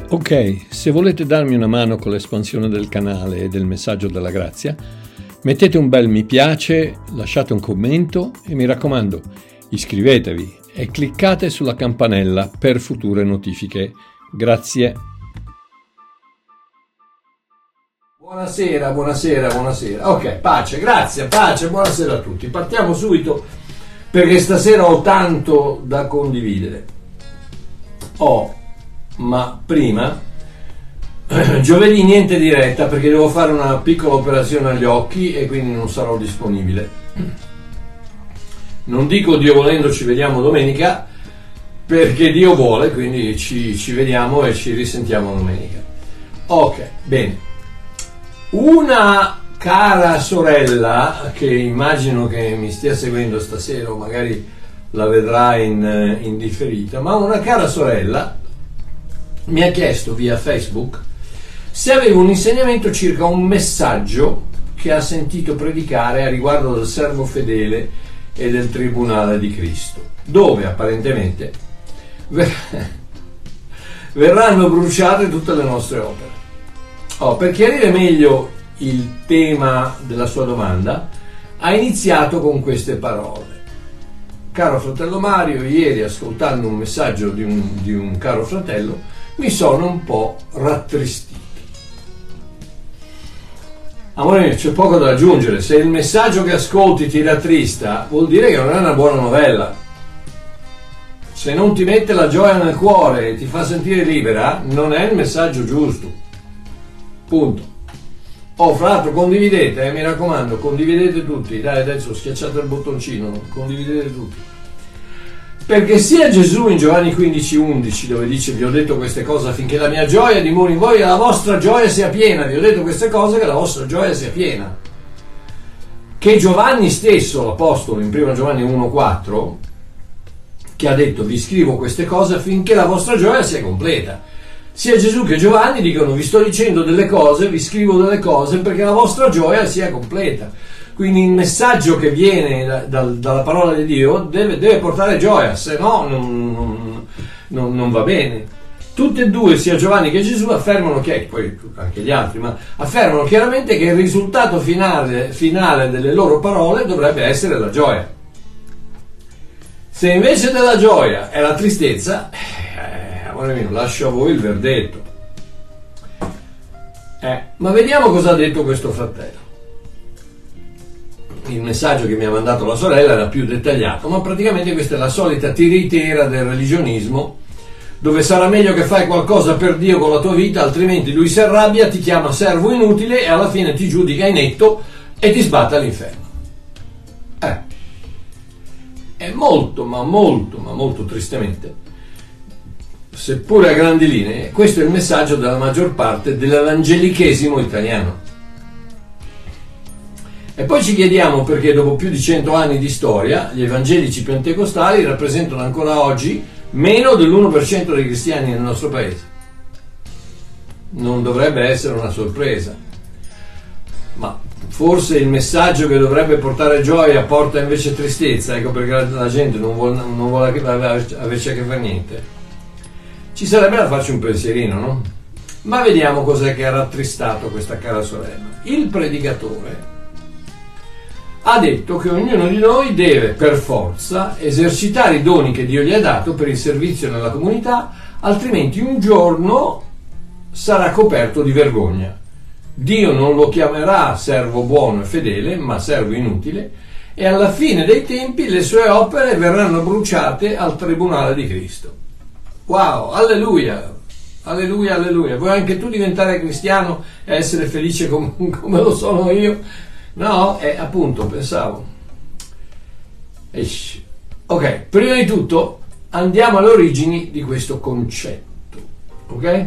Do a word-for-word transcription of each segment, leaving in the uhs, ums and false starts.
Ok, se volete darmi una mano con l'espansione del canale e del messaggio della grazia, mettete un bel mi piace, lasciate un commento e mi raccomando, iscrivetevi e cliccate sulla campanella per future notifiche. Grazie. Buonasera, buonasera, buonasera. Ok, pace, grazie, pace, buonasera a tutti. Partiamo subito perché stasera ho tanto da condividere. Ho, ma prima, giovedì niente diretta perché devo fare una piccola operazione agli occhi e quindi non sarò disponibile. Non dico Dio volendo ci vediamo domenica, perché Dio vuole, quindi ci, ci vediamo e ci risentiamo domenica. Ok, bene. Una cara sorella, che immagino che mi stia seguendo stasera o magari la vedrà in, in differita, ma una cara sorella mi ha chiesto via Facebook se avevo un insegnamento circa un messaggio che ha sentito predicare a riguardo del servo fedele e del tribunale di Cristo, dove apparentemente verranno bruciate tutte le nostre opere. Oh, per chiarire meglio il tema della sua domanda, ha iniziato con queste parole. Caro fratello Mario, ieri ascoltando un messaggio di un, di un caro fratello mi sono un po' rattristito. Amore mio, c'è poco da aggiungere. Se il messaggio che ascolti ti rattrista, vuol dire che non è una buona novella. Se non ti mette la gioia nel cuore e ti fa sentire libera, non è il messaggio giusto. Punto. Oh, fra l'altro condividete, eh, mi raccomando, condividete tutti. Dai, adesso schiacciate il bottoncino, condividete tutti. Perché sia Gesù in Giovanni quindici undici, dove dice vi ho detto queste cose affinché la mia gioia dimori in voi e la vostra gioia sia piena, vi ho detto queste cose che la vostra gioia sia piena. Che Giovanni stesso, l'apostolo, in primo Giovanni uno quattro, che ha detto vi scrivo queste cose affinché la vostra gioia sia completa. Sia Gesù che Giovanni dicono vi sto dicendo delle cose, vi scrivo delle cose perché la vostra gioia sia completa. Quindi il messaggio che viene da, da, dalla parola di Dio deve, deve portare gioia, se no non, non, non, non va bene. Tutte e due, sia Giovanni che Gesù, affermano che, poi anche gli altri, ma affermano chiaramente che il risultato finale, finale delle loro parole dovrebbe essere la gioia. Se invece della gioia è la tristezza, eh, amore mio, lascio a voi il verdetto. Eh, ma vediamo cosa ha detto questo fratello. Il messaggio che mi ha mandato la sorella era più dettagliato, ma praticamente questa è la solita tiritera del religionismo, dove sarà meglio che fai qualcosa per Dio con la tua vita, altrimenti lui si arrabbia, ti chiama servo inutile e alla fine ti giudica inetto e ti sbatte all'inferno. Eh. È molto, ma molto, ma molto tristemente, seppure a grandi linee, questo è il messaggio della maggior parte dell'evangelichesimo italiano. E poi ci chiediamo perché dopo più di cento anni di storia gli evangelici pentecostali rappresentano ancora oggi meno dell'uno per cento dei cristiani nel nostro paese. Non dovrebbe essere una sorpresa, ma forse il messaggio che dovrebbe portare gioia porta invece tristezza, ecco perché la gente non vuole, non vuole averci a che fare niente. Ci sarebbe da farci un pensierino, no? Ma vediamo cos'è che ha rattristato questa cara sorella. Il predicatore ha detto che ognuno di noi deve per forza esercitare i doni che Dio gli ha dato per il servizio nella comunità, altrimenti un giorno sarà coperto di vergogna. Dio non lo chiamerà servo buono e fedele, ma servo inutile, e alla fine dei tempi le sue opere verranno bruciate al tribunale di Cristo. Wow, alleluia, alleluia, alleluia. Vuoi anche tu diventare cristiano e essere felice come, come lo sono io? No, eh, appunto, pensavo. Eish. Ok, prima di tutto andiamo alle origini di questo concetto, ok?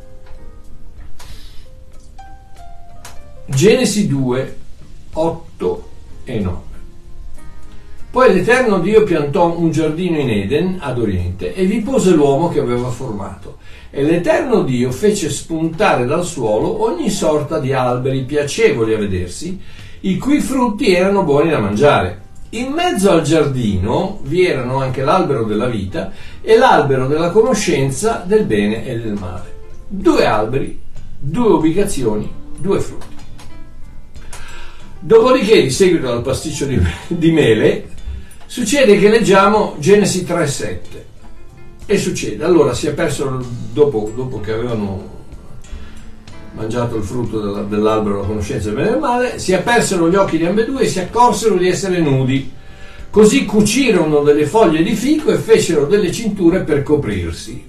Genesi due, otto e nove. Poi l'Eterno Dio piantò un giardino in Eden, ad oriente, e vi pose l'uomo che aveva formato. E l'Eterno Dio fece spuntare dal suolo ogni sorta di alberi piacevoli a vedersi, i cui frutti erano buoni da mangiare. In mezzo al giardino vi erano anche l'albero della vita e l'albero della conoscenza del bene e del male. due alberi, due ubicazioni, due frutti. Dopodiché, di seguito al pasticcio di, di mele, succede che leggiamo Genesi tre sette. E succede, allora si è perso, dopo, dopo che avevano mangiato il frutto della, dell'albero della conoscenza del bene e del male, si apersero gli occhi di ambedue e si accorsero di essere nudi. Così cucirono delle foglie di fico e fecero delle cinture per coprirsi.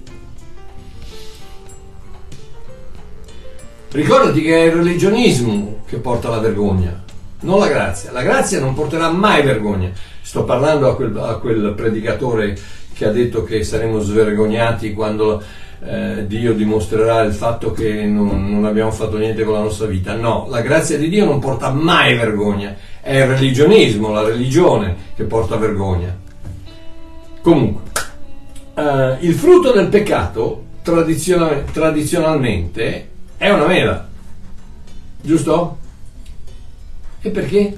Ricordati che è il religionismo che porta alla vergogna, non la grazia. La grazia non porterà mai vergogna. Sto parlando a quel, a quel predicatore che ha detto che saremo svergognati quando eh, Dio dimostrerà il fatto che non, non abbiamo fatto niente con la nostra vita. No, la grazia di Dio non porta mai vergogna, è il religionismo, la religione che porta vergogna. Comunque, eh, il frutto del peccato tradizional- tradizionalmente è una mela, giusto? E perché?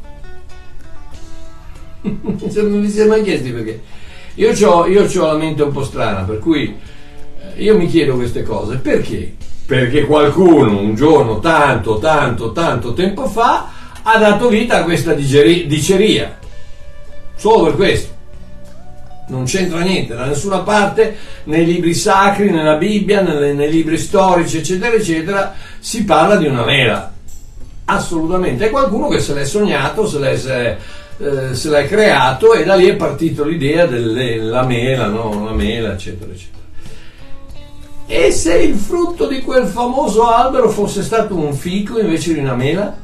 Non vi siete mai chiesti perché? Io ho io c'ho la mente un po' strana, per cui io mi chiedo queste cose. Perché? Perché qualcuno un giorno, tanto, tanto, tanto tempo fa, ha dato vita a questa digeri- diceria. Solo per questo. Non c'entra niente, da nessuna parte, nei libri sacri, nella Bibbia, nelle, nei libri storici, eccetera, eccetera, si parla di una mela. Assolutamente. È qualcuno che se l'è sognato, se l'è... Se Eh, se l'hai creato e da lì è partito l'idea della mela, no? La mela, eccetera, eccetera. E se il frutto di quel famoso albero fosse stato un fico invece di una mela?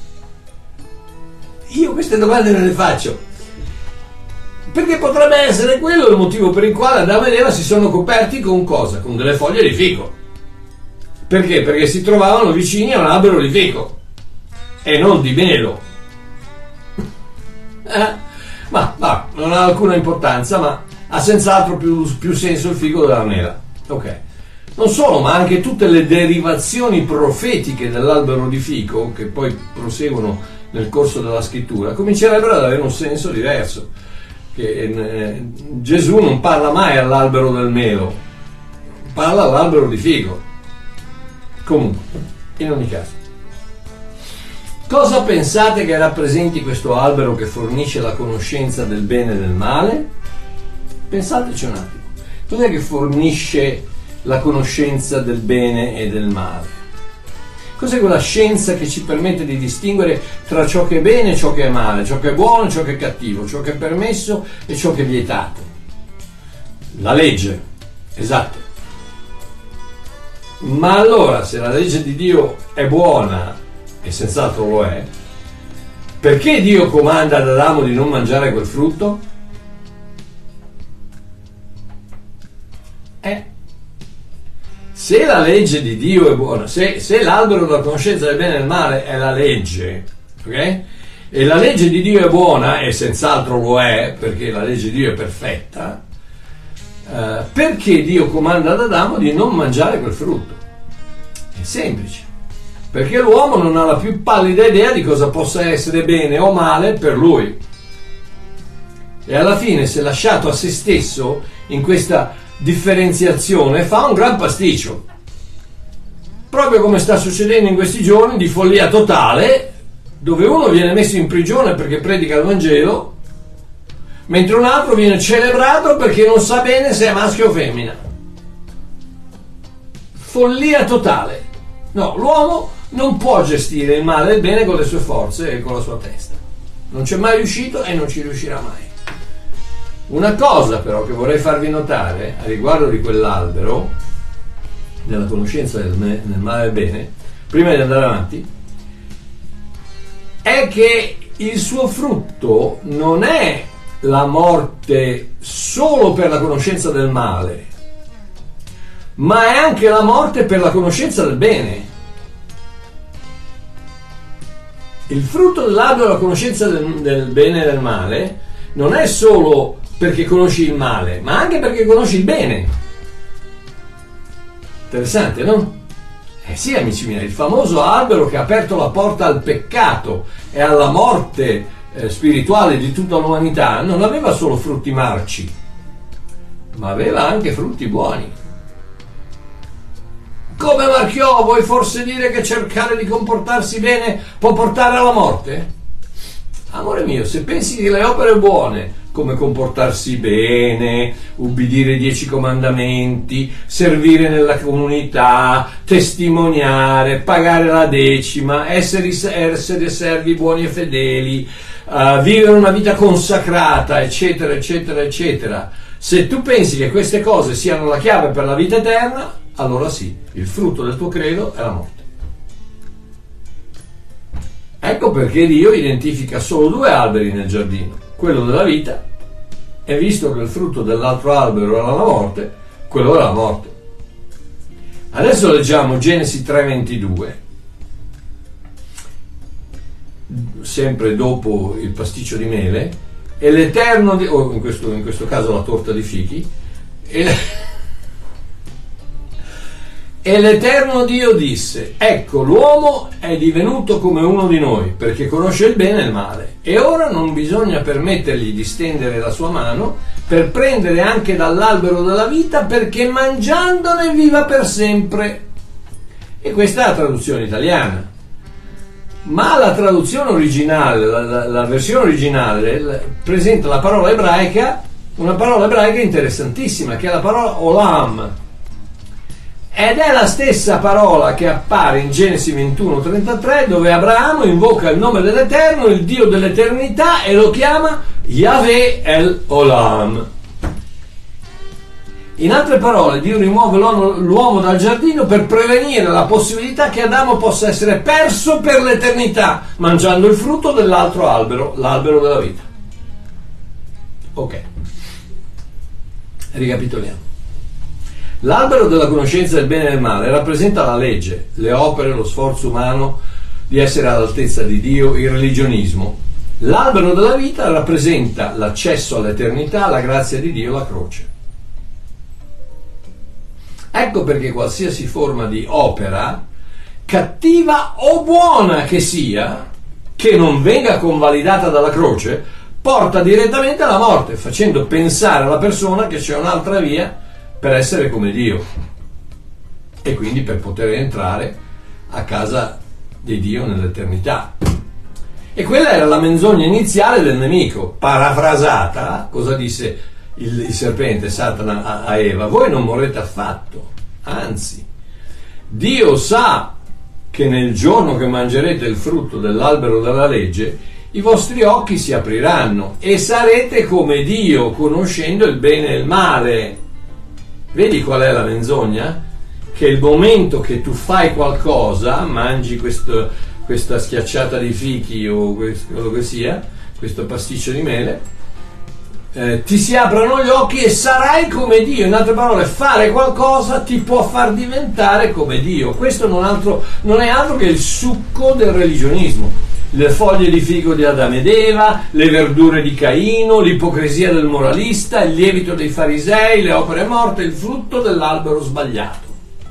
Io queste domande me le faccio, perché potrebbe essere quello il motivo per il quale Adamo ed Eva si sono coperti con cosa? Con delle foglie di fico. Perché? Perché si trovavano vicini a un albero di fico e non di melo. Eh, ma, ma non ha alcuna importanza, ma ha senz'altro più, più senso il fico della mela. Ok. Non solo, ma anche tutte le derivazioni profetiche dell'albero di fico, che poi proseguono nel corso della scrittura, comincerebbero ad avere un senso diverso. Che, eh, Gesù non parla mai all'albero del melo, parla all'albero di fico. Comunque, in ogni caso, cosa pensate che rappresenti questo albero che fornisce la conoscenza del bene e del male? Pensateci un attimo. Cos'è che fornisce la conoscenza del bene e del male? Cos'è quella scienza che ci permette di distinguere tra ciò che è bene e ciò che è male, ciò che è buono e ciò che è cattivo, ciò che è permesso e ciò che è vietato? La legge, esatto. Ma allora, se la legge di Dio è buona, e senz'altro lo è, perché Dio comanda ad Adamo di non mangiare quel frutto? Eh, se la legge di Dio è buona, se, se l'albero della conoscenza del bene e del male è la legge, ok? E la legge di Dio è buona, e senz'altro lo è, perché la legge di Dio è perfetta, eh, perché Dio comanda ad Adamo di non mangiare quel frutto? È semplice. Perché l'uomo non ha la più pallida idea di cosa possa essere bene o male per lui. E alla fine, se lasciato a se stesso in questa differenziazione, fa un gran pasticcio. Proprio come sta succedendo in questi giorni di follia totale, dove uno viene messo in prigione perché predica il Vangelo, mentre un altro viene celebrato perché non sa bene se è maschio o femmina. Follia totale. No, l'uomo non può gestire il male e il bene con le sue forze e con la sua testa. Non c'è mai riuscito e non ci riuscirà mai. Una cosa però che vorrei farvi notare a riguardo di quell'albero della conoscenza del, me, del male e del bene, prima di andare avanti, è che il suo frutto non è la morte solo per la conoscenza del male, ma è anche la morte per la conoscenza del bene. Il frutto dell'albero della conoscenza del, del bene e del male non è solo perché conosci il male, ma anche perché conosci il bene. Interessante, no? Eh sì, amici miei, il famoso albero che ha aperto la porta al peccato e alla morte eh, spirituale di tutta l'umanità non aveva solo frutti marci, ma aveva anche frutti buoni. Come Marchiò, vuoi forse dire che cercare di comportarsi bene può portare alla morte? Amore mio, se pensi che le opere buone, come comportarsi bene, ubbidire i dieci comandamenti, servire nella comunità, testimoniare, pagare la decima, essere, essere servi buoni e fedeli, uh, vivere una vita consacrata, eccetera, eccetera, eccetera, se tu pensi che queste cose siano la chiave per la vita eterna, allora sì, il frutto del tuo credo è la morte. Ecco perché Dio identifica solo due alberi nel giardino, quello della vita, e visto che il frutto dell'altro albero era la morte, quello era la morte. Adesso leggiamo Genesi tre ventidue, sempre dopo il pasticcio di mele, e l'Eterno, di, o in questo, in questo caso la torta di fichi, e E l'Eterno Dio disse: ecco, l'uomo è divenuto come uno di noi, perché conosce il bene e il male, e ora non bisogna permettergli di stendere la sua mano per prendere anche dall'albero della vita, perché mangiandone viva per sempre. E questa è la traduzione italiana. Ma la traduzione originale, la, la, la versione originale, la, presenta la parola ebraica, una parola ebraica interessantissima, che è la parola olam. Ed è la stessa parola che appare in Genesi ventuno trentatré, dove Abramo invoca il nome dell'Eterno, il Dio dell'eternità, e lo chiama Yahweh El Olam. In altre parole, Dio rimuove l'uomo dal giardino per prevenire la possibilità che Adamo possa essere perso per l'eternità, mangiando il frutto dell'altro albero, l'albero della vita. Ok. Ricapitoliamo. L'albero della conoscenza del bene e del male rappresenta la legge, le opere, lo sforzo umano di essere all'altezza di Dio, il religionismo. L'albero della vita rappresenta l'accesso all'eternità, la grazia di Dio, la croce. Ecco perché qualsiasi forma di opera, cattiva o buona che sia, che non venga convalidata dalla croce, porta direttamente alla morte, facendo pensare alla persona che c'è un'altra via per essere come Dio e quindi per poter entrare a casa di Dio nell'eternità. E quella era la menzogna iniziale del nemico. Parafrasata, cosa disse il, il serpente, Satana, a, a Eva? Voi non morrete affatto, anzi, Dio sa che nel giorno che mangerete il frutto dell'albero della legge, i vostri occhi si apriranno e sarete come Dio, conoscendo il bene e il male. Vedi qual è la menzogna? Che il momento che tu fai qualcosa, mangi questo, questa schiacciata di fichi o questo, quello che sia, questo pasticcio di mele, eh, ti si aprono gli occhi e sarai come Dio. In altre parole, fare qualcosa ti può far diventare come Dio. Questo non, altro, non è altro che il succo del religionismo. Le foglie di fico di Adamo ed Eva, le verdure di Caino, l'ipocrisia del moralista, il lievito dei farisei, le opere morte, il frutto dell'albero sbagliato.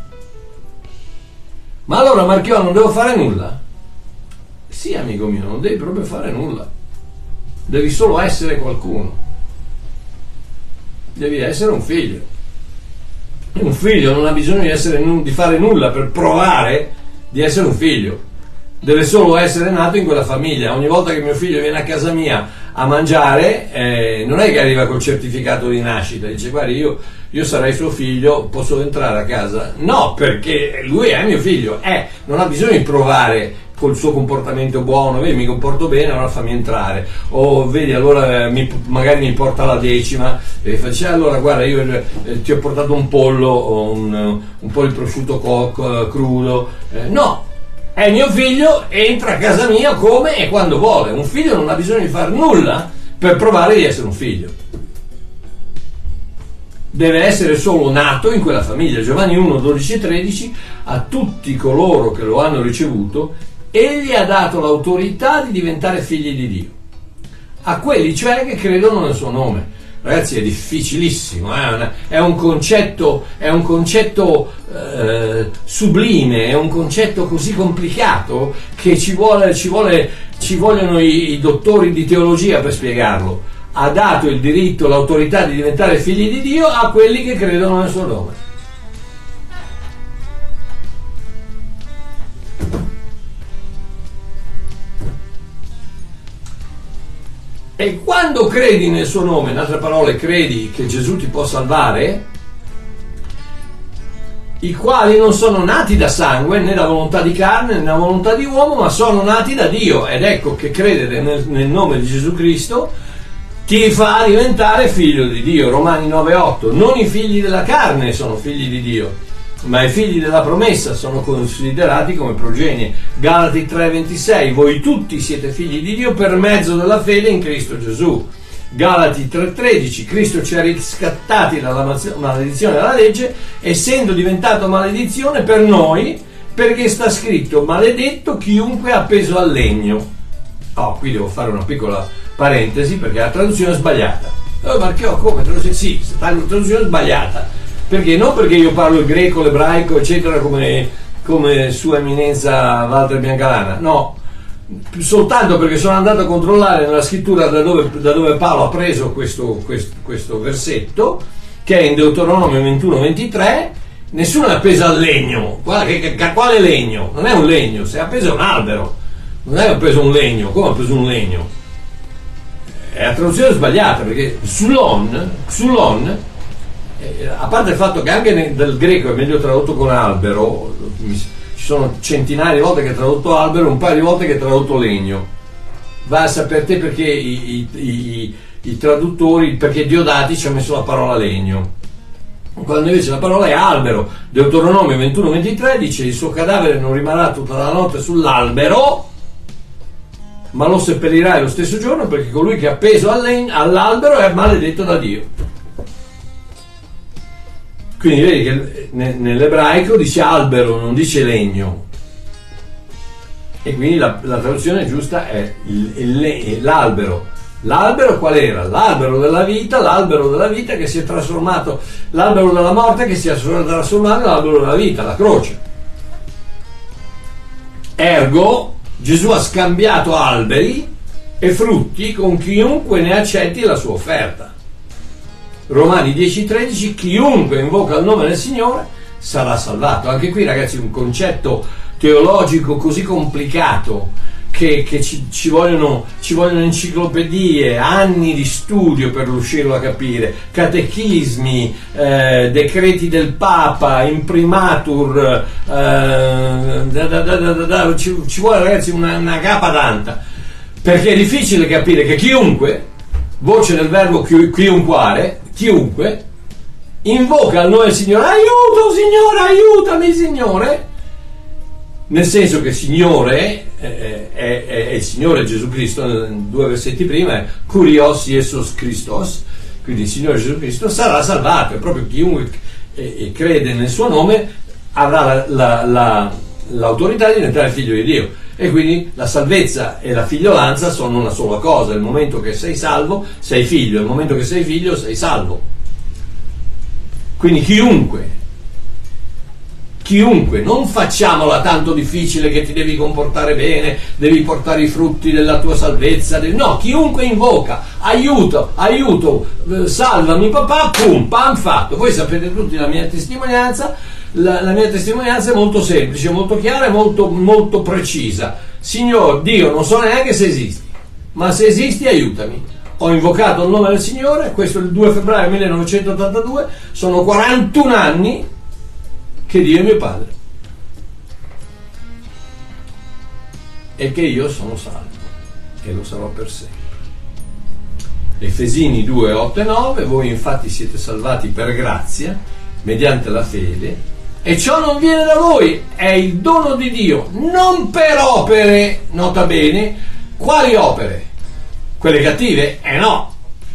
Ma allora, Marchiò, non devo fare nulla? Sì, amico mio, non devi proprio fare nulla. Devi solo essere qualcuno. Devi essere un figlio. Un figlio non ha bisogno di, essere, di fare nulla per provare di essere un figlio. Deve solo essere nato in quella famiglia. Ogni volta che mio figlio viene a casa mia a mangiare, eh, non è che arriva col certificato di nascita, dice: guardi, io, io sarei suo figlio, posso entrare a casa? No, perché lui è mio figlio, eh, non ha bisogno di provare col suo comportamento buono, vedi, mi comporto bene, allora fammi entrare, o vedi, allora eh, mi, magari mi porta la decima e dice: allora guarda, io eh, ti ho portato un pollo o un, un po' di prosciutto co- crudo, eh, no, è mio figlio, entra a casa mia come e quando vuole. Un figlio non ha bisogno di fare nulla per provare di essere un figlio, deve essere solo nato in quella famiglia. Giovanni uno, dodici e tredici: a tutti coloro che lo hanno ricevuto egli ha dato l'autorità di diventare figli di Dio, a quelli cioè che credono nel suo nome. Ragazzi, è difficilissimo, eh? è un concetto, è un concetto eh, sublime, è un concetto così complicato che ci vuole, ci vuole, ci vogliono i, i dottori di teologia per spiegarlo. Ha dato il diritto, l'autorità di diventare figli di Dio a quelli che credono nel suo nome. E quando credi nel suo nome, in altre parole credi che Gesù ti può salvare, i quali non sono nati da sangue, né da volontà di carne, né da volontà di uomo, ma sono nati da Dio. Ed ecco che credere nel, nel nome di Gesù Cristo ti fa diventare figlio di Dio. Romani nove otto. Non i figli della carne sono figli di Dio, ma i figli della promessa sono considerati come progenie. Galati tre ventisei. Voi tutti siete figli di Dio per mezzo della fede in Cristo Gesù. Galati tre tredici. Cristo ci ha riscattati dalla maledizione della legge, essendo diventato maledizione per noi, perché sta scritto: maledetto chiunque è appeso al legno. Oh, qui devo fare una piccola parentesi perché la traduzione è sbagliata. Oh, ma che ho come traduzione? Sì, la traduzione è sbagliata. Perché? Non perché io parlo il greco, l'ebraico, eccetera, come, come Sua Eminenza Walter Biancalana, no, soltanto perché sono andato a controllare nella scrittura da dove, da dove Paolo ha preso questo, questo, questo versetto, che è in Deuteronomio ventuno ventitré. Nessuno è appeso al legno. Guarda che, che, quale legno? Non è un legno, sei appeso a un albero, non è appeso a un legno. Come ha preso un legno? È la traduzione sbagliata, perché xulon, xulon, a parte il fatto che anche nel, del greco è meglio tradotto con albero, ci sono centinaia di volte che è tradotto albero, un paio di volte che è tradotto legno. Va a sapere te perché i, i, i, i traduttori, perché Diodati ci ha messo la parola legno, quando invece la parola è albero. Deuteronomio ventuno ventitré dice: il suo cadavere non rimarrà tutta la notte sull'albero, ma lo seppellirai lo stesso giorno, perché colui che è appeso all'albero è maledetto da Dio. Quindi vedi che nell'ebraico dice albero, non dice legno, e quindi la, la traduzione giusta è il, il, l'albero. L'albero qual era? L'albero della vita, l'albero della vita che si è trasformato, l'albero della morte che si è trasformato nell'albero della vita, la croce. Ergo, Gesù ha scambiato alberi e frutti con chiunque ne accetti la sua offerta. Romani dieci tredici. Chiunque invoca il nome del Signore sarà salvato. Anche qui, ragazzi, un concetto teologico così complicato che, che ci, ci, vogliono, ci vogliono enciclopedie, anni di studio per riuscirlo a capire, catechismi, eh, decreti del Papa, imprimatur, eh, da, da, da, da, da, ci, ci vuole, ragazzi, una, una capa tanta, perché è difficile capire che chiunque, voce del verbo chi, chiunquare, chiunque invoca il nome del Signore, aiuto Signore, aiutami Signore, nel senso che Signore è, è, è il Signore Gesù Cristo. Due versetti prima è Kurios Iesus Christos, quindi il Signore Gesù Cristo sarà salvato, e proprio chiunque eh, crede nel suo nome avrà la, la, la, l'autorità di diventare figlio di Dio. E quindi la salvezza e la figliolanza sono una sola cosa. Il momento che sei salvo sei figlio, il momento che sei figlio sei salvo. Quindi chiunque chiunque, non facciamola tanto difficile che ti devi comportare bene, devi portare i frutti della tua salvezza, devi... no, chiunque invoca aiuto, aiuto, salvami papà, pum, pam, fatto. Voi sapete tutti la mia testimonianza. La, la mia testimonianza è molto semplice, molto chiara e molto, molto precisa. Signore Dio, non so neanche se esisti, ma se esisti aiutami. Ho invocato il nome del Signore, questo è il due febbraio millenovecentottantadue, sono quarantuno anni che Dio è mio Padre e che io sono salvo e lo sarò per sempre. Efesini due, otto e nove. Voi infatti siete salvati per grazia mediante la fede, e ciò non viene da voi, è il dono di Dio, non per opere. Nota bene, quali opere? Quelle cattive? Eh no,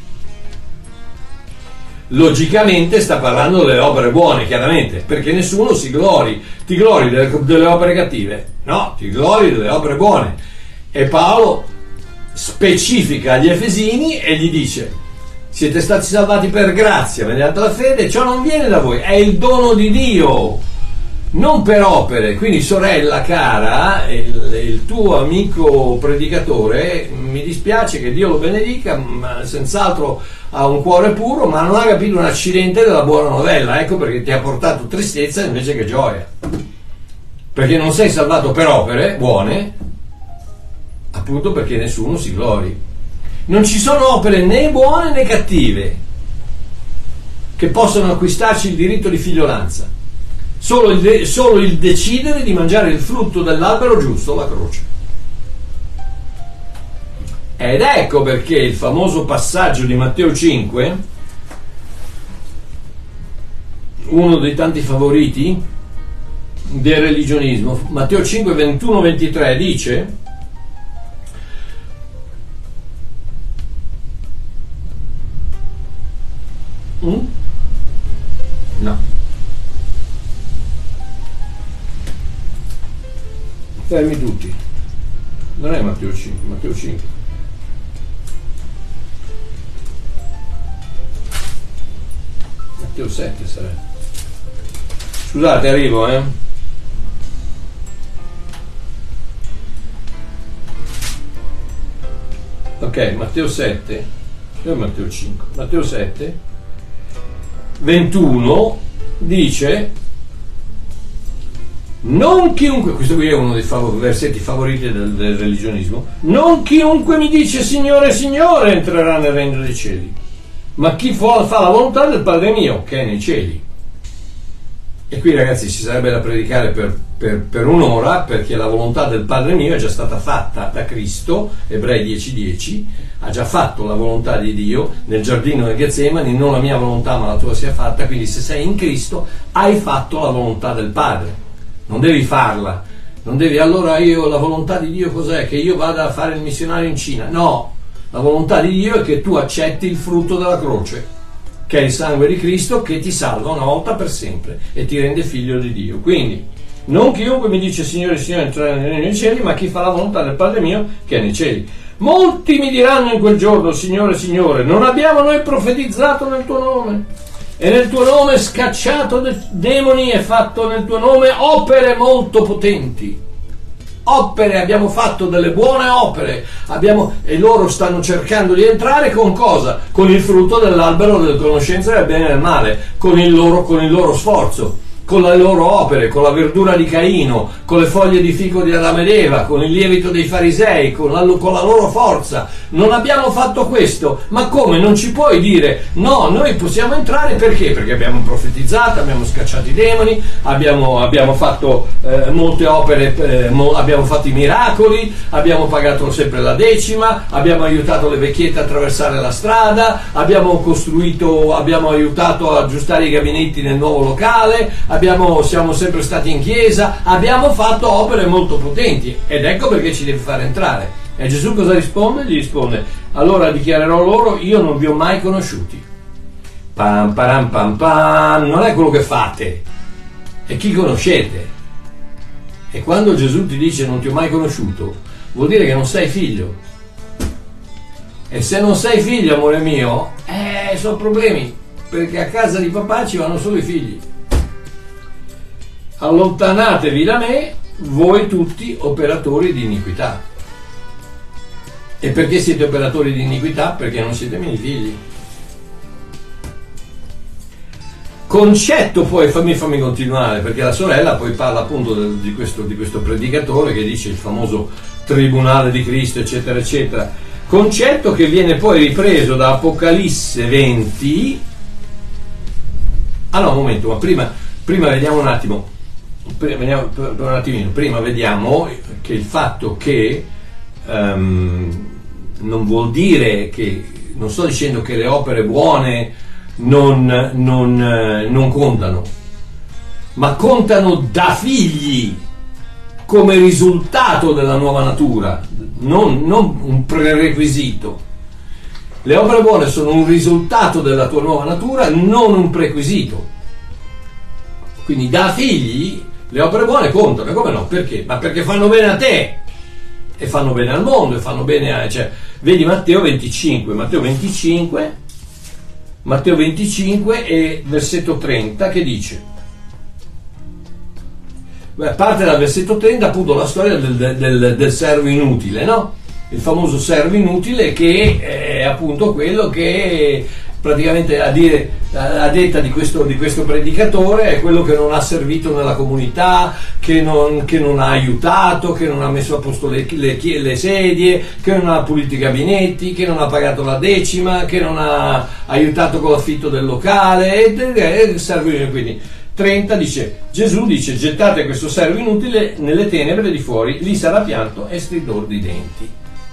logicamente sta parlando delle opere buone, chiaramente, perché nessuno si glori. Ti glori delle, delle opere cattive? No, ti glori delle opere buone. E Paolo specifica agli Efesini e gli dice: siete stati salvati per grazia mediante la fede, ciò non viene da voi, è il dono di Dio, non per opere. Quindi, sorella cara, il, il tuo amico predicatore, mi dispiace, che Dio lo benedica, ma senz'altro ha un cuore puro, ma non ha capito un accidente della buona novella. Ecco perché ti ha portato tristezza invece che gioia, perché non sei salvato per opere buone, appunto perché nessuno si glori. Non ci sono opere né buone né cattive che possano acquistarci il diritto di figliolanza. Solo il, de- solo il decidere di mangiare il frutto dell'albero giusto, la croce. Ed ecco perché il famoso passaggio di Matteo cinque, uno dei tanti favoriti del religionismo, Matteo cinque, ventuno ventitré, dice: mm? no fermi tutti, non è Matteo cinque, Matteo cinque. Matteo sette sarebbe. Scusate, arrivo, eh. Ok, Matteo sette, non Matteo cinque, Matteo sette, ventuno dice: non chiunque, questo qui è uno dei fav- versetti favoriti del, del religionismo, non chiunque mi dice Signore, Signore entrerà nel regno dei cieli, ma chi fa, fa la volontà del Padre mio che è nei cieli. E qui, ragazzi, ci sarebbe da predicare per, per, per un'ora, perché la volontà del Padre mio è già stata fatta da Cristo. Ebrei dieci dieci, ha già fatto la volontà di Dio nel giardino del Getsemani, non la mia volontà ma la tua sia fatta. Quindi se sei in Cristo hai fatto la volontà del Padre. Non devi farla, non devi, allora io, la volontà di Dio cos'è? Che io vada a fare il missionario in Cina? No, la volontà di Dio è che tu accetti il frutto della croce, che è il sangue di Cristo che ti salva una volta per sempre e ti rende figlio di Dio. Quindi, non chiunque mi dice Signore, Signore entrerà nel regno dei cieli, ma chi fa la volontà del Padre mio che è nei cieli. Molti mi diranno in quel giorno: Signore, Signore, non abbiamo noi profetizzato nel tuo nome? E nel tuo nome scacciato de- demoni e fatto nel tuo nome opere molto potenti. Opere, abbiamo fatto delle buone opere, abbiamo, e loro stanno cercando di entrare con cosa? Con il frutto dell'albero della conoscenza del bene e del male, con il loro, con il loro sforzo, con le loro opere, con la verdura di Caino, con le foglie di fico di Adamo ed Eva, con il lievito dei farisei, con la, con la loro forza. Non abbiamo fatto questo. Ma come? Non ci puoi dire no, noi possiamo entrare perché? Perché abbiamo profetizzato, abbiamo scacciato i demoni, abbiamo, abbiamo fatto eh, molte opere, eh, mo, abbiamo fatto i miracoli, abbiamo pagato sempre la decima, abbiamo aiutato le vecchiette a attraversare la strada, abbiamo costruito, abbiamo aiutato a aggiustare i gabinetti nel nuovo locale, abbiamo, siamo sempre stati in chiesa, abbiamo fatto opere molto potenti, ed ecco perché ci deve fare entrare. E Gesù cosa risponde? Gli risponde: allora dichiarerò loro, io non vi ho mai conosciuti. Pam param pam pam, non è quello che fate, è chi conoscete. E quando Gesù ti dice non ti ho mai conosciuto, vuol dire che non sei figlio. E se non sei figlio, amore mio, eh, sono problemi, perché a casa di papà ci vanno solo i figli. Allontanatevi da me, voi tutti operatori di iniquità. E perché siete operatori di iniquità? Perché non siete miei figli. Concetto poi, fammi, fammi continuare, perché la sorella poi parla appunto di questo, di questo predicatore che dice il famoso tribunale di Cristo, eccetera, eccetera. Concetto che viene poi ripreso da Apocalisse venti. Ah no, un momento, ma prima, prima vediamo un attimo. Vediamo, per un attimino, prima vediamo che il fatto che um, non vuol dire che, non sto dicendo che le opere buone non, non, non contano, ma contano da figli come risultato della nuova natura, non, non un prerequisito. Le opere buone sono un risultato della tua nuova natura, non un prerequisito. Quindi da figli le opere buone contano. Come no? Perché? Ma perché fanno bene a te e fanno bene al mondo e fanno bene a, cioè, vedi Matteo venticinque, Matteo venticinque, Matteo venticinque e versetto trenta che dice, beh, parte dal versetto trenta appunto la storia del, del, del servo inutile, no? Il famoso servo inutile che è appunto quello che praticamente a dire, a detta di questo, di questo predicatore, è quello che non ha servito nella comunità, che non, che non ha aiutato, che non ha messo a posto le, le, le sedie, che non ha pulito i gabinetti, che non ha pagato la decima, che non ha aiutato con l'affitto del locale, e, e serve. Quindi trenta dice, Gesù dice: gettate questo servo inutile nelle tenebre di fuori, lì sarà pianto e stridor di denti.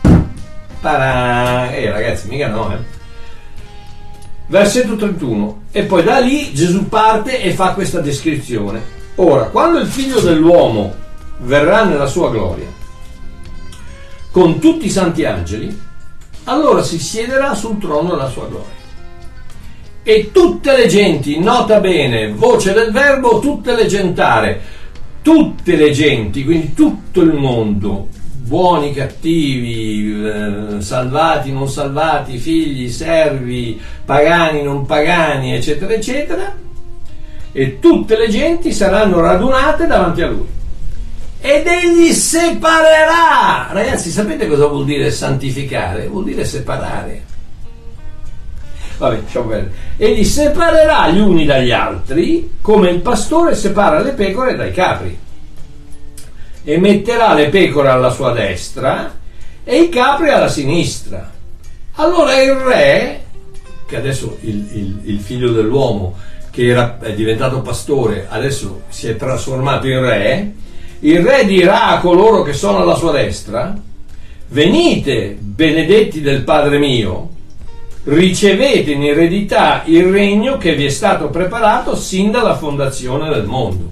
Parà, eh ragazzi, mica no, eh. Versetto trentuno, e poi da lì Gesù parte e fa questa descrizione. Ora, quando il figlio dell'uomo verrà nella sua gloria con tutti i santi angeli, allora si siederà sul trono della sua gloria. E tutte le genti, nota bene, voce del verbo, tutte le gentare, tutte le genti, quindi tutto il mondo, buoni, cattivi, eh, salvati, non salvati, figli, servi, pagani, non pagani, eccetera, eccetera, e tutte le genti saranno radunate davanti a lui. Ed egli separerà. Ragazzi, sapete cosa vuol dire santificare? Vuol dire separare. Vabbè, lasciamo perdere. Egli separerà gli uni dagli altri, come il pastore separa le pecore dai capri, e metterà le pecore alla sua destra e i capri alla sinistra. Allora il re, che adesso il, il, il figlio dell'uomo, che era, è diventato pastore, adesso si è trasformato in re, il re dirà a coloro che sono alla sua destra: venite, benedetti del Padre mio, ricevete in eredità il regno che vi è stato preparato sin dalla fondazione del mondo.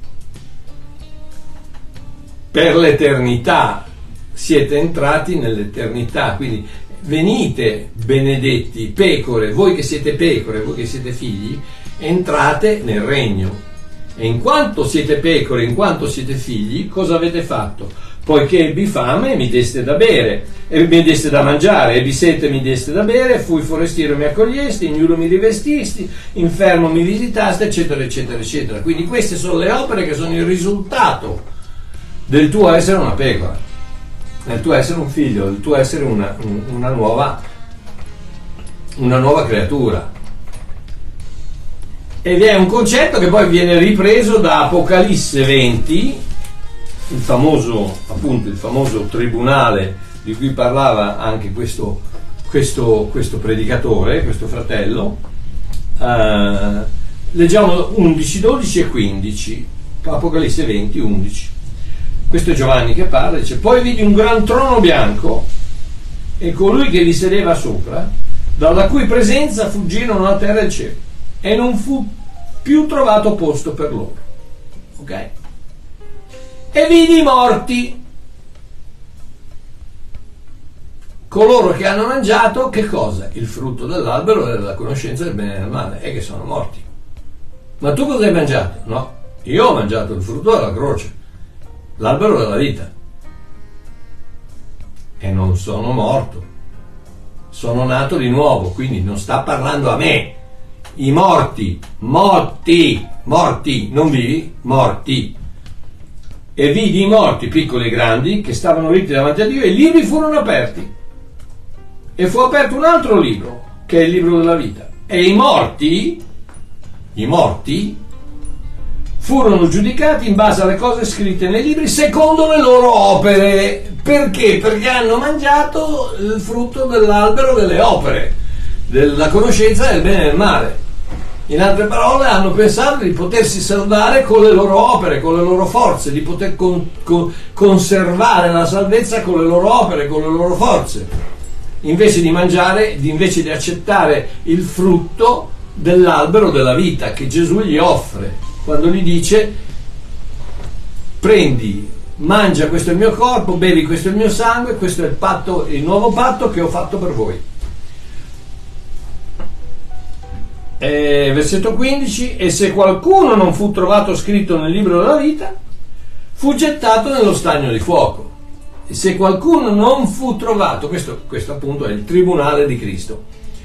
Per l'eternità siete entrati nell'eternità, quindi venite, benedetti, pecore, voi che siete pecore, voi che siete figli, entrate nel regno. E in quanto siete pecore, in quanto siete figli, cosa avete fatto? Poiché ebbi fame, mi deste da bere, e mi deste da mangiare, ebbi sete, mi deste da bere, fui forestiero, mi accogliesti, ignudo mi rivestisti, infermo mi visitaste, eccetera, eccetera, eccetera. Quindi queste sono le opere che sono il risultato del tuo essere una pecora, del tuo essere un figlio, del tuo essere una, una nuova una nuova creatura. Ed è un concetto che poi viene ripreso da Apocalisse venti, il famoso, appunto, il famoso tribunale di cui parlava anche questo, questo, questo predicatore, questo fratello. Uh, leggiamo undici, dodici e quindici, Apocalisse venti, undici. Questo è Giovanni che parla, dice: poi vidi un gran trono bianco e colui che vi sedeva sopra, dalla cui presenza fuggirono la terra e il cielo, e non fu più trovato posto per loro. Ok? E vidi i morti, coloro che hanno mangiato, che cosa? Il frutto dell'albero della conoscenza del bene e del male, e che sono morti. Ma tu cosa hai mangiato? No, io ho mangiato il frutto della croce, l'albero della vita, e non sono morto, sono nato di nuovo. Quindi non sta parlando a me. I morti, morti, morti, non vivi, morti. E vidi i morti, piccoli e grandi, che stavano ritti davanti a Dio, e i libri furono aperti. E fu aperto un altro libro, che è il libro della vita. E i morti, i morti, furono giudicati in base alle cose scritte nei libri secondo le loro opere. Perché? Perché hanno mangiato il frutto dell'albero delle opere, della conoscenza del bene e del male. In altre parole, hanno pensato di potersi salvare con le loro opere, con le loro forze, di poter con, con, conservare la salvezza con le loro opere, con le loro forze, invece di mangiare, di, invece di accettare il frutto dell'albero della vita che Gesù gli offre, quando gli dice: prendi, mangia, questo è il mio corpo, bevi, questo è il mio sangue, questo è il patto, il nuovo patto che ho fatto per voi. Eh, versetto quindici: e se qualcuno non fu trovato scritto nel libro della vita, fu gettato nello stagno di fuoco. E se qualcuno non fu trovato, questo, questo appunto è il tribunale di Cristo,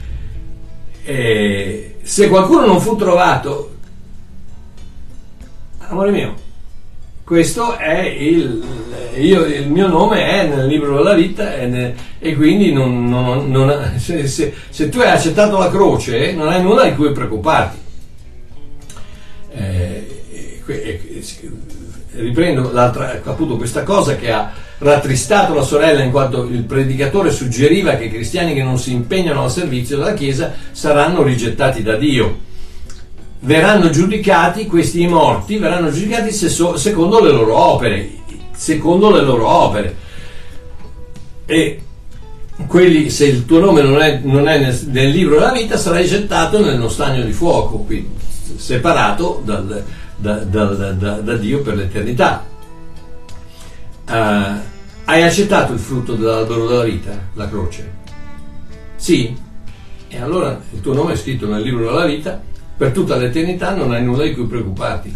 eh, se qualcuno non fu trovato, amore mio, questo è il, io, il mio nome è nel libro della vita e, ne, e quindi non, non, non, se, se, se tu hai accettato la croce non hai nulla di cui preoccuparti. Eh, eh, riprendo l'altra, appunto questa cosa che ha rattristato la sorella, in quanto il predicatore suggeriva che i cristiani che non si impegnano al servizio della Chiesa saranno rigettati da Dio. Verranno giudicati, questi morti verranno giudicati se so, secondo le loro opere, secondo le loro opere. E quelli, se il tuo nome non è, non è nel, nel libro della vita, sarai gettato nello stagno di fuoco, quindi separato dal, da, da, da, da Dio per l'eternità. Uh, hai accettato il frutto dell'albero della vita, la croce? Sì? E allora il tuo nome è scritto nel libro della vita. Per tutta l'eternità non hai nulla di cui preoccuparti.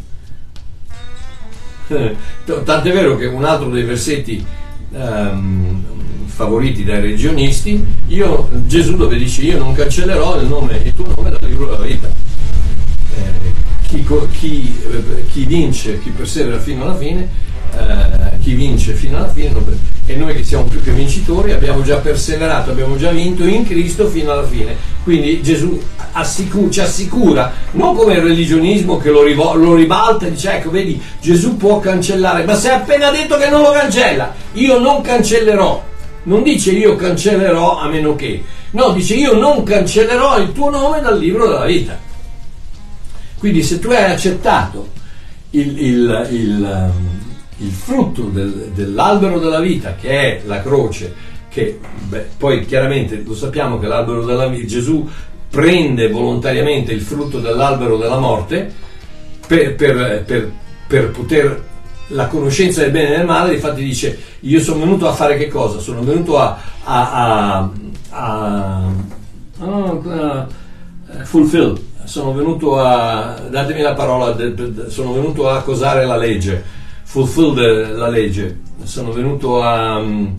Tant'è vero che un altro dei versetti um, favoriti dai religionisti, io, Gesù dove dice io non cancellerò il, nome, il tuo nome dal libro della vita. Eh, chi, chi, chi vince, chi persevera fino alla fine, eh, chi vince fino alla fine, e noi che siamo più che vincitori abbiamo già perseverato, abbiamo già vinto in Cristo fino alla fine. Quindi Gesù assicura, ci assicura, non come il religionismo che lo, rivo- lo ribalta e dice ecco vedi Gesù può cancellare, ma se ha appena detto che non lo cancella, io non cancellerò, non dice io cancellerò a meno che, no, dice io non cancellerò il tuo nome dal libro della vita. Quindi se tu hai accettato il, il, il, il frutto del, dell'albero della vita, che è la croce, che beh, poi chiaramente lo sappiamo che l'albero della vita, Gesù prende volontariamente il frutto dell'albero della morte per, per, per, per poter la conoscenza del bene e del male. Infatti dice io sono venuto a fare che cosa? Sono venuto a, a, a, a, a fulfill, sono venuto a, datemi la parola, sono venuto a cosare la legge, fulfill la legge, sono venuto a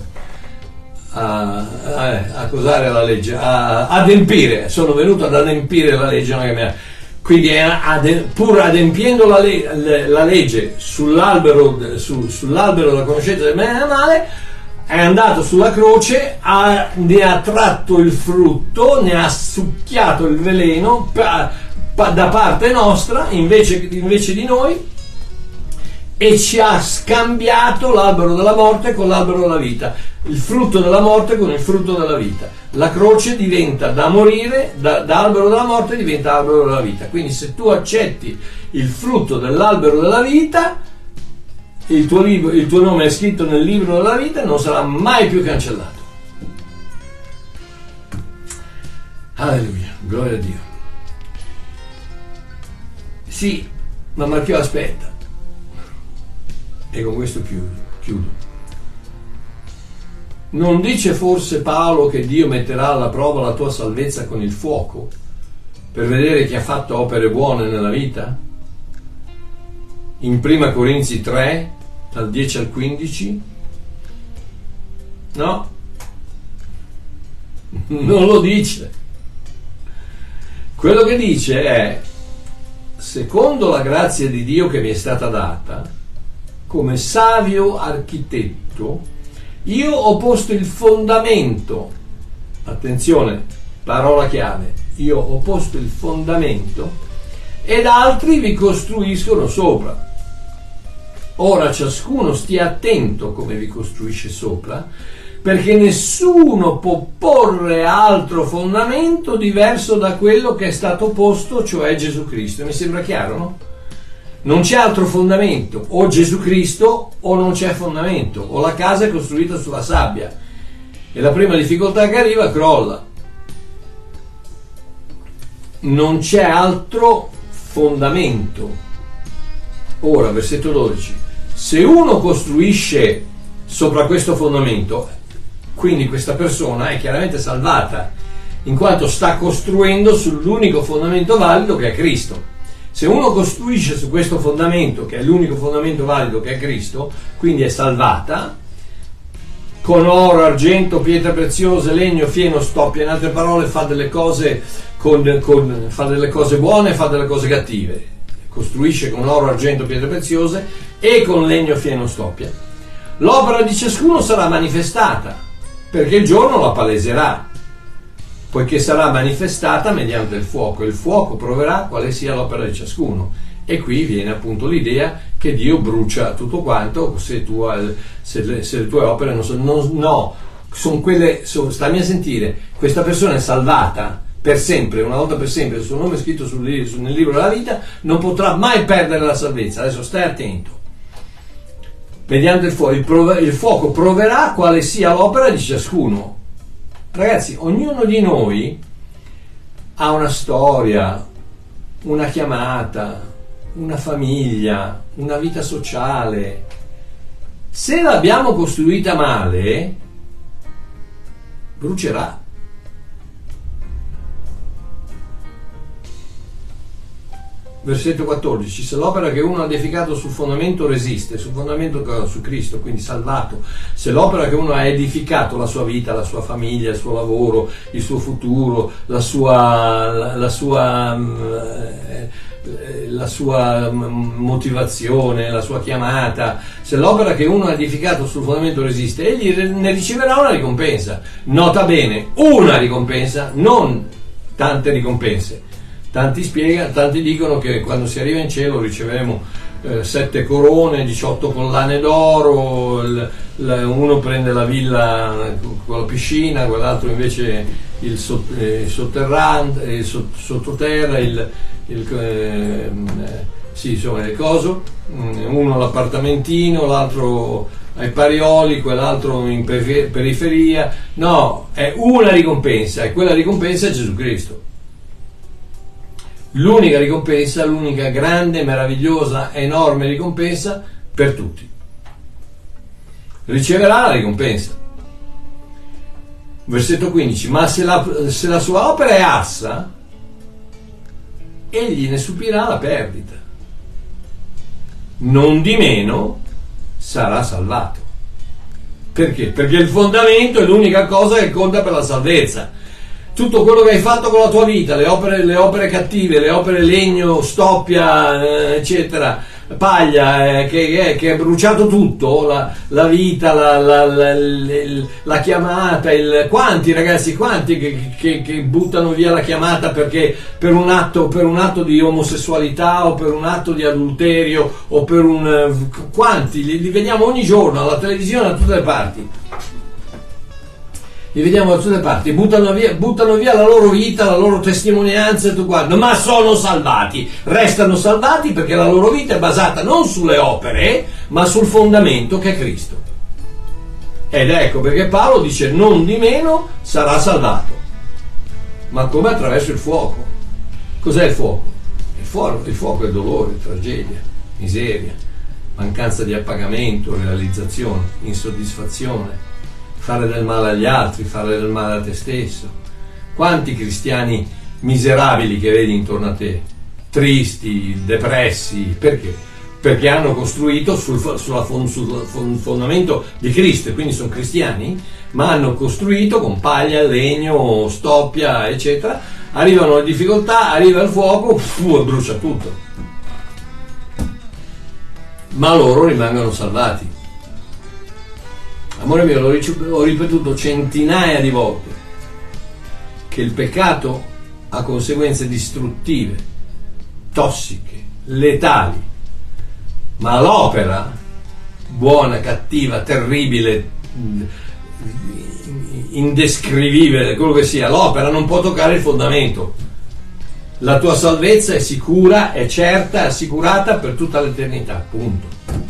A, a, a cosare la legge, a, a adempire, sono venuto ad adempire la legge, quindi è ad, pur adempiendo la, le, la legge sull'albero, su, sull'albero della conoscenza del bene e del male, è andato sulla croce, ha, ne ha tratto il frutto, ne ha succhiato il veleno pa, pa, da parte nostra invece, invece di noi, e ci ha scambiato l'albero della morte con l'albero della vita, il frutto della morte con il frutto della vita. La croce diventa da morire, da, da albero della morte diventa albero della vita. Quindi se tu accetti il frutto dell'albero della vita, il tuo, libro, il tuo nome è scritto nel libro della vita e non sarà mai più cancellato. Alleluia, gloria a Dio. Sì, ma Marchio aspetta. E con questo chiudo, chiudo. Non dice forse Paolo che Dio metterà alla prova la tua salvezza con il fuoco per vedere chi ha fatto opere buone nella vita? In prima Corinzi tre, dal dieci al quindici? No? Non lo dice. Quello che dice è: secondo la grazia di Dio che mi è stata data, come savio architetto, io ho posto il fondamento, attenzione, parola chiave, io ho posto il fondamento ed altri vi costruiscono sopra. Ora ciascuno stia attento come vi costruisce sopra, perché nessuno può porre altro fondamento diverso da quello che è stato posto, cioè Gesù Cristo. Mi sembra chiaro, no? Non c'è altro fondamento, o Gesù Cristo o non c'è fondamento, o la casa è costruita sulla sabbia e la prima difficoltà che arriva crolla. Non c'è altro fondamento. Ora, versetto dodici: se uno costruisce sopra questo fondamento, quindi questa persona è chiaramente salvata, in quanto sta costruendo sull'unico fondamento valido che è Cristo. Se uno costruisce su questo fondamento, che è l'unico fondamento valido che è Cristo, quindi è salvata, con oro, argento, pietre preziose, legno, fieno, stoppia, in altre parole fa delle cose, con, con, fa delle cose buone e fa delle cose cattive. costruisce con oro, argento, pietre preziose e con legno fieno stoppia. L'opera di ciascuno sarà manifestata, perché il giorno la paleserà, poiché sarà manifestata mediante il fuoco. Il fuoco proverà quale sia l'opera di ciascuno. E qui viene appunto l'idea che Dio brucia tutto quanto se, tu hai, se, le, se le tue opere non sono... Non, no, sono quelle... Sono, stammi a sentire, questa persona è salvata per sempre, una volta per sempre, il suo nome è scritto sul, nel libro della vita, non potrà mai perdere la salvezza. Adesso stai attento. Mediante il fuoco, il, prove, il fuoco proverà quale sia l'opera di ciascuno. Ragazzi, ognuno di noi ha una storia, una chiamata, una famiglia, una vita sociale. Se l'abbiamo costruita male, brucerà. Versetto quattordici: se l'opera che uno ha edificato sul fondamento resiste, sul fondamento su Cristo, quindi salvato, se l'opera che uno ha edificato, la sua vita, la sua famiglia, il suo lavoro, il suo futuro, la sua, la, la sua, la sua motivazione, la sua chiamata, se l'opera che uno ha edificato sul fondamento resiste, egli ne riceverà una ricompensa. Nota bene, una ricompensa, non tante ricompense. Tanti spiegano, tanti dicono che quando si arriva in cielo riceveremo eh, sette corone, diciotto collane d'oro, il, il, uno prende la villa con la piscina, quell'altro invece il, sott, eh, sotterrante, il sott, sottoterra, il, il eh, sì, insomma, il coso, uno l'appartamentino, l'altro ai Parioli, quell'altro in periferia. No, è una ricompensa, e quella ricompensa è Gesù Cristo. L'unica ricompensa, l'unica grande, meravigliosa, enorme ricompensa per tutti. Riceverà la ricompensa. Versetto quindici: ma se la, se la sua opera è arsa, egli ne subirà la perdita. Non di meno sarà salvato. Perché? Perché il fondamento è l'unica cosa che conta per la salvezza. Tutto quello che hai fatto con la tua vita, le opere, le opere cattive, le opere legno, stoppia, eccetera, paglia, eh, che, eh, che ha bruciato tutto, la, la vita, la, la, la, la, la chiamata, il, quanti ragazzi, quanti che, che, che buttano via la chiamata perché per un atto, per un atto di omosessualità o per un atto di adulterio o per un... quanti, li, li vediamo ogni giorno alla televisione, da tutte le parti. Li vediamo da tutte le parti, buttano via, buttano via la loro vita, la loro testimonianza e tutto quanto, ma sono salvati, restano salvati perché la loro vita è basata non sulle opere, ma sul fondamento che è Cristo. Ed ecco perché Paolo dice: non di meno sarà salvato. Ma come? Attraverso il fuoco. Cos'è il fuoco? Il fuoco, il fuoco è dolore, tragedia, miseria, mancanza di appagamento, realizzazione, insoddisfazione, fare del male agli altri, fare del male a te stesso. Quanti cristiani miserabili che vedi intorno a te, tristi, depressi, perché? Perché hanno costruito sul, sulla, sul fondamento di Cristo, e quindi sono cristiani, ma hanno costruito con paglia, legno, stoppia, eccetera. Arrivano le difficoltà, arriva il fuoco, fu, e brucia tutto. Ma loro rimangono salvati. Amore mio, l'ho ripetuto centinaia di volte che il peccato ha conseguenze distruttive, tossiche, letali, ma l'opera, buona, cattiva, terribile, indescrivibile, quello che sia, l'opera non può toccare il fondamento. La tua salvezza è sicura, è certa, è assicurata per tutta l'eternità, punto.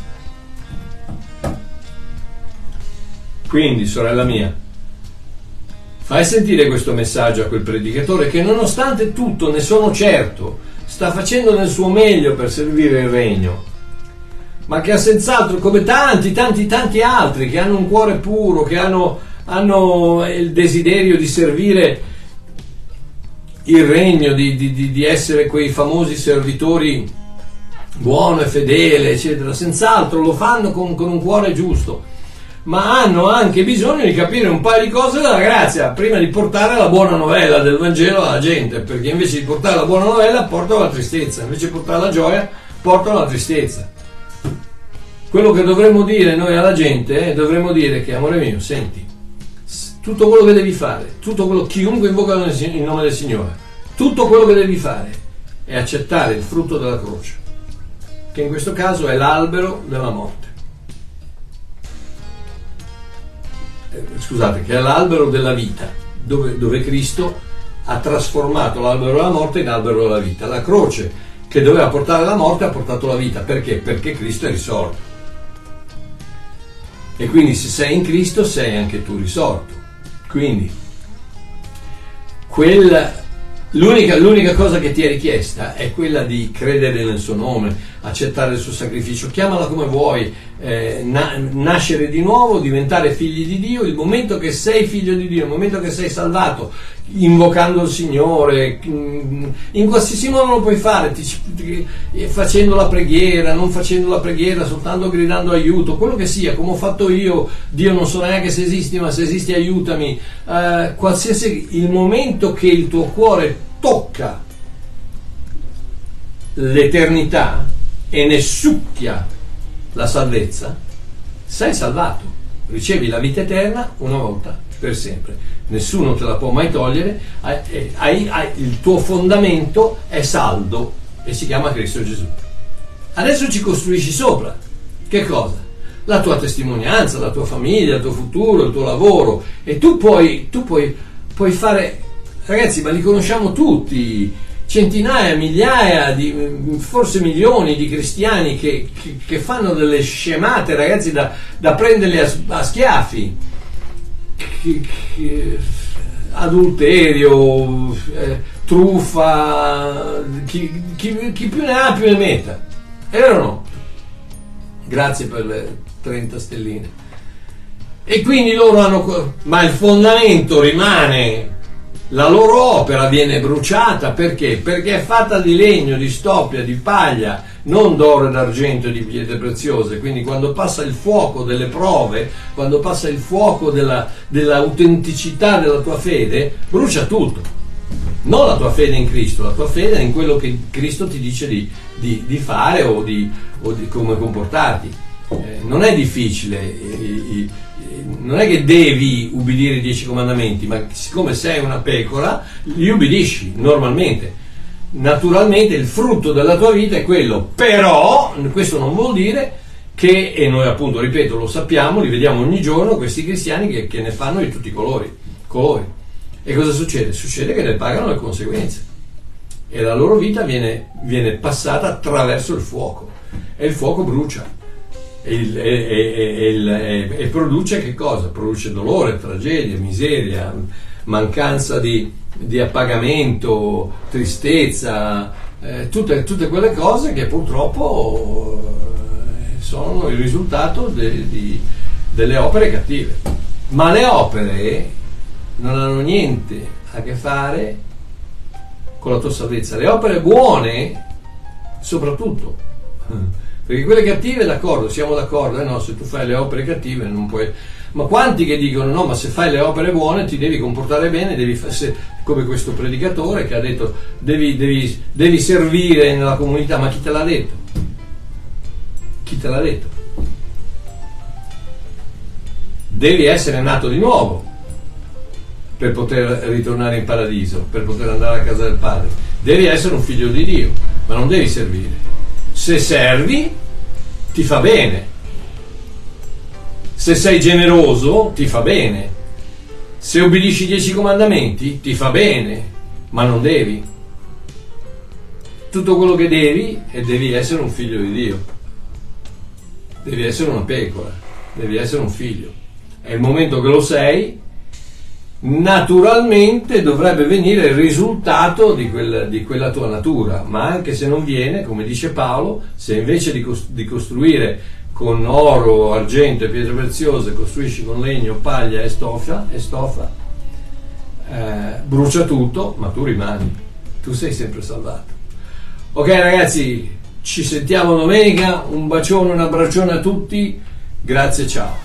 Quindi, sorella mia, fai sentire questo messaggio a quel predicatore che, nonostante tutto, ne sono certo, sta facendo nel suo meglio per servire il regno, ma che ha senz'altro, come tanti, tanti, tanti altri che hanno un cuore puro, che hanno, hanno il desiderio di servire il regno, di, di, di essere quei famosi servitori buono e fedele, eccetera, senz'altro lo fanno con, con un cuore giusto. ma hanno anche bisogno di capire un paio di cose della grazia prima di portare la buona novella del Vangelo alla gente, perché invece di portare la buona novella portano la tristezza, invece di portare la gioia portano la tristezza. Quello che dovremmo dire noi alla gente, eh, dovremmo dire che, amore mio, senti, tutto quello che devi fare, tutto quello, chiunque invoca il nome del Signore, tutto quello che devi fare è accettare il frutto della croce, che in questo caso è l'albero della morte. Scusate, che è l'albero della vita, dove, dove Cristo ha trasformato l'albero della morte in albero della vita. La croce che doveva portare la morte ha portato la vita. Perché? Perché Cristo è risorto. E quindi se sei in Cristo sei anche tu risorto. Quindi quel, l'unica, l'unica cosa che ti è richiesta è quella di credere nel suo nome, accettare il suo sacrificio, chiamala come vuoi, eh, na- nascere di nuovo, diventare figli di Dio. Il momento che sei figlio di Dio, il momento che sei salvato, invocando il Signore, in qualsiasi modo lo puoi fare, ti, ti, facendo la preghiera, non facendo la preghiera, soltanto gridando aiuto, quello che sia, come ho fatto io. Dio, non so neanche se esisti, ma se esisti aiutami. Eh, qualsiasi, il momento che il tuo cuore tocca l'eternità e ne succhia la salvezza, sei salvato, ricevi la vita eterna una volta per sempre, nessuno te la può mai togliere. Hai, hai, hai, il tuo fondamento è saldo e si chiama Cristo Gesù. Adesso ci costruisci sopra che cosa? La tua testimonianza, la tua famiglia, il tuo futuro, il tuo lavoro, e tu puoi, tu puoi, puoi fare, ragazzi, ma li conosciamo tutti, centinaia, migliaia, di, forse milioni di cristiani che, che, che fanno delle scemate, ragazzi, da, da prenderli a, a schiaffi, che, che, adulterio, eh, truffa, chi, chi, chi più ne ha più ne metta. È vero o no? Grazie per le trenta stelline. E quindi loro hanno, ma il fondamento rimane. La loro opera viene bruciata perché? Perché è fatta di legno, di stoppia, di paglia, non d'oro e d'argento e di pietre preziose. Quindi quando passa il fuoco delle prove, quando passa il fuoco della, dell'autenticità della tua fede, brucia tutto. Non la tua fede in Cristo, la tua fede in quello che Cristo ti dice di, di, di fare o di, o di come comportarti. Eh, non è difficile, eh, eh, non è che devi ubbidire i dieci comandamenti, ma siccome sei una pecora li ubbidisci normalmente, naturalmente. Il frutto della tua vita è quello, però questo non vuol dire che, e noi appunto, ripeto, lo sappiamo, li vediamo ogni giorno, questi cristiani che, che ne fanno di tutti i colori, colori. E cosa succede? Succede che ne pagano le conseguenze e la loro vita viene, viene passata attraverso il fuoco e il fuoco brucia. E, il, e, e, e, e produce che cosa? Produce dolore, tragedia, miseria, mancanza di, di appagamento, tristezza, eh, tutte, tutte quelle cose che purtroppo eh, sono il risultato de, di, delle opere cattive. Ma le opere non hanno niente a che fare con la tua salvezza. Le opere buone soprattutto, perché quelle cattive, d'accordo, siamo d'accordo, eh no, se tu fai le opere cattive non puoi. Ma quanti che dicono no, ma se fai le opere buone ti devi comportare bene, devi se, come questo predicatore che ha detto devi, devi, devi servire nella comunità. Ma chi te l'ha detto? Chi te l'ha detto? Devi essere nato di nuovo per poter ritornare in paradiso, per poter andare a casa del Padre. Devi essere un figlio di Dio, ma non devi servire. Se servi, ti fa bene. Se sei generoso, ti fa bene. Se obbedisci i dieci comandamenti, ti fa bene, ma non devi. Tutto quello che devi è devi essere un figlio di Dio. Devi essere una pecora, devi essere un figlio. È il momento che lo sei, naturalmente dovrebbe venire il risultato di, quel, di quella tua natura, ma anche se non viene, come dice Paolo, se invece di, cos- di costruire con oro, argento e pietre preziose costruisci con legno, paglia e stoffa, e stoffa eh, brucia tutto, ma tu rimani, tu sei sempre salvato. Ok ragazzi, ci sentiamo domenica, un bacione, un abbraccione a tutti, grazie, ciao.